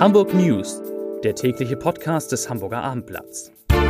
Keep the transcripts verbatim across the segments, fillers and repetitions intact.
Hamburg News, der tägliche Podcast des Hamburger Abendblatts.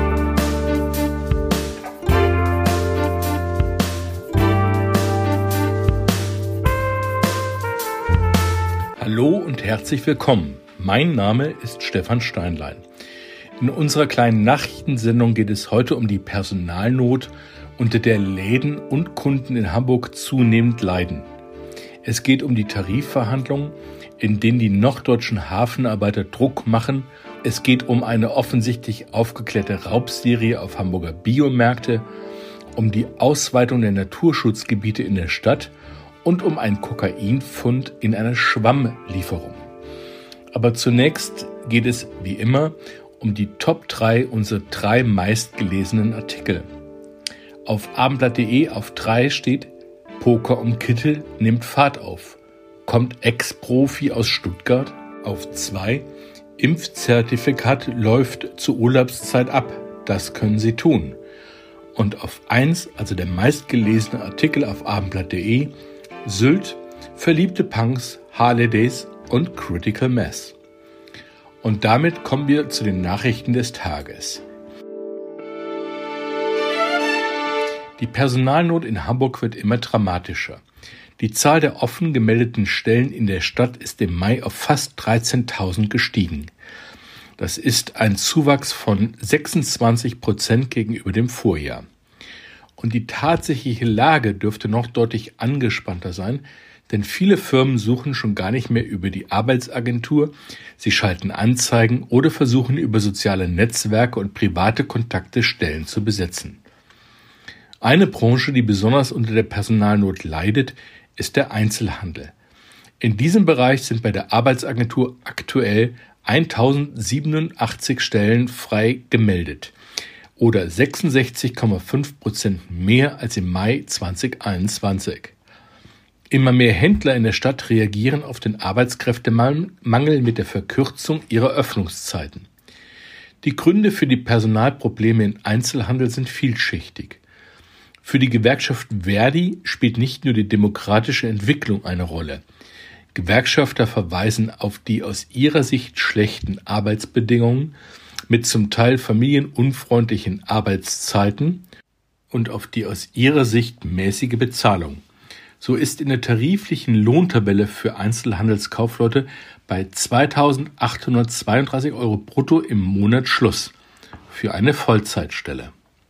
Hallo und herzlich willkommen. Mein Name ist Stefan Steinlein. In unserer kleinen Nachrichtensendung geht es heute um die Personalnot, unter der Läden und Kunden in Hamburg zunehmend leiden. Es geht um die Tarifverhandlungen, in denen die norddeutschen Hafenarbeiter Druck machen. Es geht um eine offensichtlich aufgeklärte Raubserie auf Hamburger Biomärkte, um die Ausweitung der Naturschutzgebiete in der Stadt und um einen Kokainfund in einer Schwammlieferung. Aber zunächst geht es, wie immer, um die Top drei unserer drei meistgelesenen Artikel. Auf abendblatt punkt de auf drei steht: Poker um Kittel nimmt Fahrt auf. Kommt Ex-Profi aus Stuttgart? Auf zwei: Impfzertifikat läuft zur Urlaubszeit ab. Das können Sie tun. Und auf eins, also der meistgelesene Artikel auf abendblatt punkt de: Sylt, verliebte Punks, Harley-Days und Critical Mass. Und damit kommen wir zu den Nachrichten des Tages. Die Personalnot in Hamburg wird immer dramatischer. Die Zahl der offen gemeldeten Stellen in der Stadt ist im Mai auf fast dreizehntausend gestiegen. Das ist ein Zuwachs von sechsundzwanzig Prozent gegenüber dem Vorjahr. Und die tatsächliche Lage dürfte noch deutlich angespannter sein, denn viele Firmen suchen schon gar nicht mehr über die Arbeitsagentur, sie schalten Anzeigen oder versuchen über soziale Netzwerke und private Kontakte Stellen zu besetzen. Eine Branche, die besonders unter der Personalnot leidet, ist der Einzelhandel. In diesem Bereich sind bei der Arbeitsagentur aktuell tausendsiebenundachtzig Stellen frei gemeldet oder sechsundsechzig Komma fünf Prozent mehr als im Mai zweitausendeinundzwanzig. Immer mehr Händler in der Stadt reagieren auf den Arbeitskräftemangel mit der Verkürzung ihrer Öffnungszeiten. Die Gründe für die Personalprobleme im Einzelhandel sind vielschichtig. Für die Gewerkschaft Verdi spielt nicht nur die demokratische Entwicklung eine Rolle. Gewerkschafter verweisen auf die aus ihrer Sicht schlechten Arbeitsbedingungen mit zum Teil familienunfreundlichen Arbeitszeiten und auf die aus ihrer Sicht mäßige Bezahlung. So ist in der tariflichen Lohntabelle für Einzelhandelskaufleute bei zweitausendachthundertzweiunddreißig Euro brutto im Monat Schluss für eine Vollzeitstelle.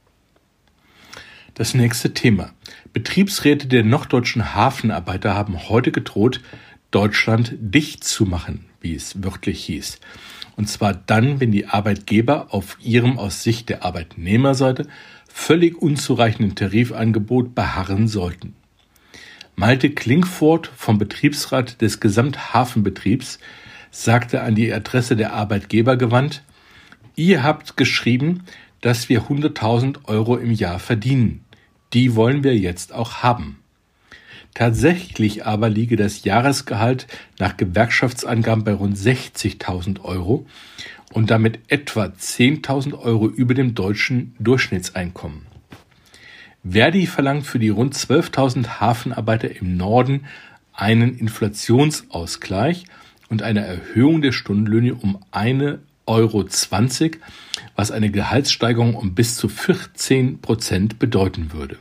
Das nächste Thema. Betriebsräte der norddeutschen Hafenarbeiter haben heute gedroht, Deutschland dicht zu machen, wie es wörtlich hieß. Und zwar dann, wenn die Arbeitgeber auf ihrem aus Sicht der Arbeitnehmerseite völlig unzureichenden Tarifangebot beharren sollten. Malte Klingfort vom Betriebsrat des Gesamthafenbetriebs sagte an die Adresse der Arbeitgeber gewandt: Ihr habt geschrieben, dass wir hunderttausend Euro im Jahr verdienen. Die wollen wir jetzt auch haben. Tatsächlich aber liege das Jahresgehalt nach Gewerkschaftsangaben bei rund sechzigtausend Euro und damit etwa zehntausend Euro über dem deutschen Durchschnittseinkommen. Verdi verlangt für die rund zwölftausend Hafenarbeiter im Norden einen Inflationsausgleich und eine Erhöhung der Stundenlöhne um ein Euro zwanzig, was eine Gehaltssteigerung um bis zu vierzehn Prozent bedeuten würde.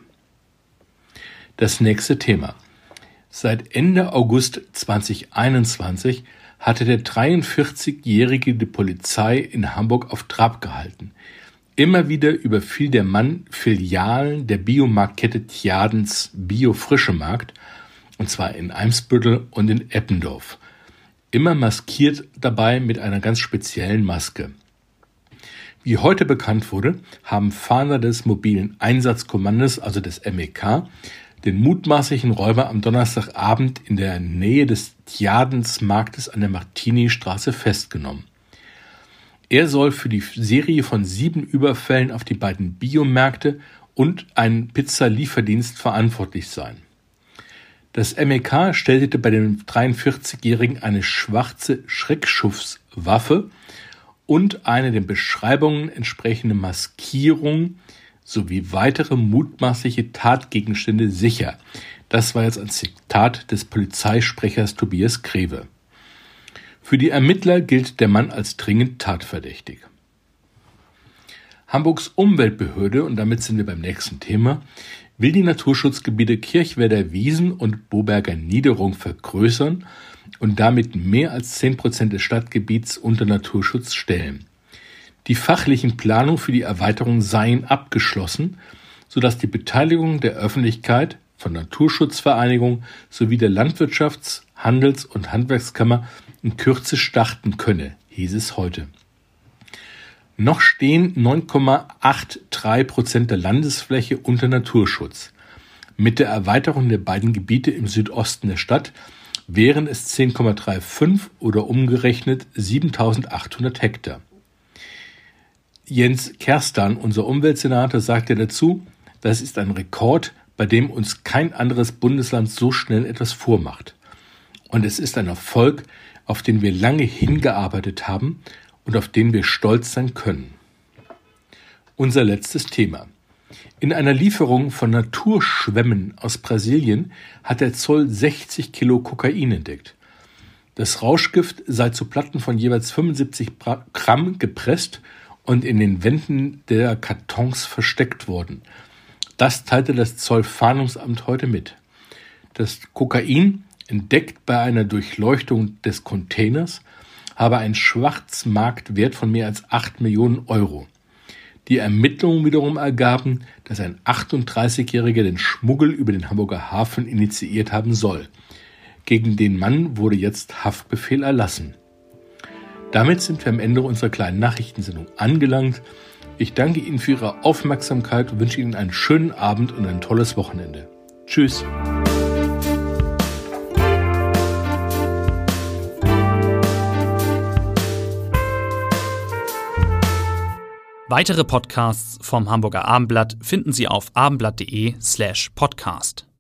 Das nächste Thema. Seit Ende August zweitausendeinundzwanzig hatte der dreiundvierzigjährige die Polizei in Hamburg auf Trab gehalten. Immer wieder überfiel der Mann Filialen der Biomarktkette Tjadens Bio-Frische-Markt, und zwar in Eimsbüttel und in Eppendorf. Immer maskiert dabei mit einer ganz speziellen Maske. Wie heute bekannt wurde, haben Fahnder des mobilen Einsatzkommandos, also des M E K, den mutmaßlichen Räuber am Donnerstagabend in der Nähe des Tjadens-Marktes an der Martini-Straße festgenommen. Er soll für die Serie von sieben Überfällen auf die beiden Biomärkte und einen Pizzalieferdienst verantwortlich sein. Das M E K stellte bei dem dreiundvierzigjährigen eine schwarze Schreckschusswaffe und eine den Beschreibungen entsprechende Maskierung sowie weitere mutmaßliche Tatgegenstände sicher. Das war jetzt ein Zitat des Polizeisprechers Tobias Greve. Für die Ermittler gilt der Mann als dringend tatverdächtig. Hamburgs Umweltbehörde, und damit sind wir beim nächsten Thema, will die Naturschutzgebiete Kirchwerder Wiesen und Boberger Niederung vergrößern und damit mehr als zehn Prozent des Stadtgebiets unter Naturschutz stellen. Die fachlichen Planungen für die Erweiterung seien abgeschlossen, sodass die Beteiligung der Öffentlichkeit von Naturschutzvereinigungen sowie der Landwirtschafts-, Handels- und Handwerkskammer in Kürze starten könne, hieß es heute. Noch stehen neun Komma dreiundachtzig Prozent der Landesfläche unter Naturschutz. Mit der Erweiterung der beiden Gebiete im Südosten der Stadt wären es zehn Komma fünfunddreißig oder umgerechnet siebentausendachthundert Hektar. Jens Kerstan, unser Umweltsenator, sagte dazu, das ist ein Rekord, bei dem uns kein anderes Bundesland so schnell etwas vormacht. Und es ist ein Erfolg, auf den wir lange hingearbeitet haben und auf den wir stolz sein können. Unser letztes Thema. In einer Lieferung von Naturschwämmen aus Brasilien hat der Zoll sechzig Kilo Kokain entdeckt. Das Rauschgift sei zu Platten von jeweils fünfundsiebzig Gramm gepresst und in den Wänden der Kartons versteckt worden. Das teilte das Zollfahndungsamt heute mit. Das Kokain, entdeckt bei einer Durchleuchtung des Containers, habe einen Schwarzmarktwert von mehr als acht Millionen Euro. Die Ermittlungen wiederum ergaben, dass ein achtunddreißigjähriger den Schmuggel über den Hamburger Hafen initiiert haben soll. Gegen den Mann wurde jetzt Haftbefehl erlassen. Damit sind wir am Ende unserer kleinen Nachrichtensendung angelangt. Ich danke Ihnen für Ihre Aufmerksamkeit und wünsche Ihnen einen schönen Abend und ein tolles Wochenende. Tschüss. Weitere Podcasts vom Hamburger Abendblatt finden Sie auf abendblatt.de slash podcast.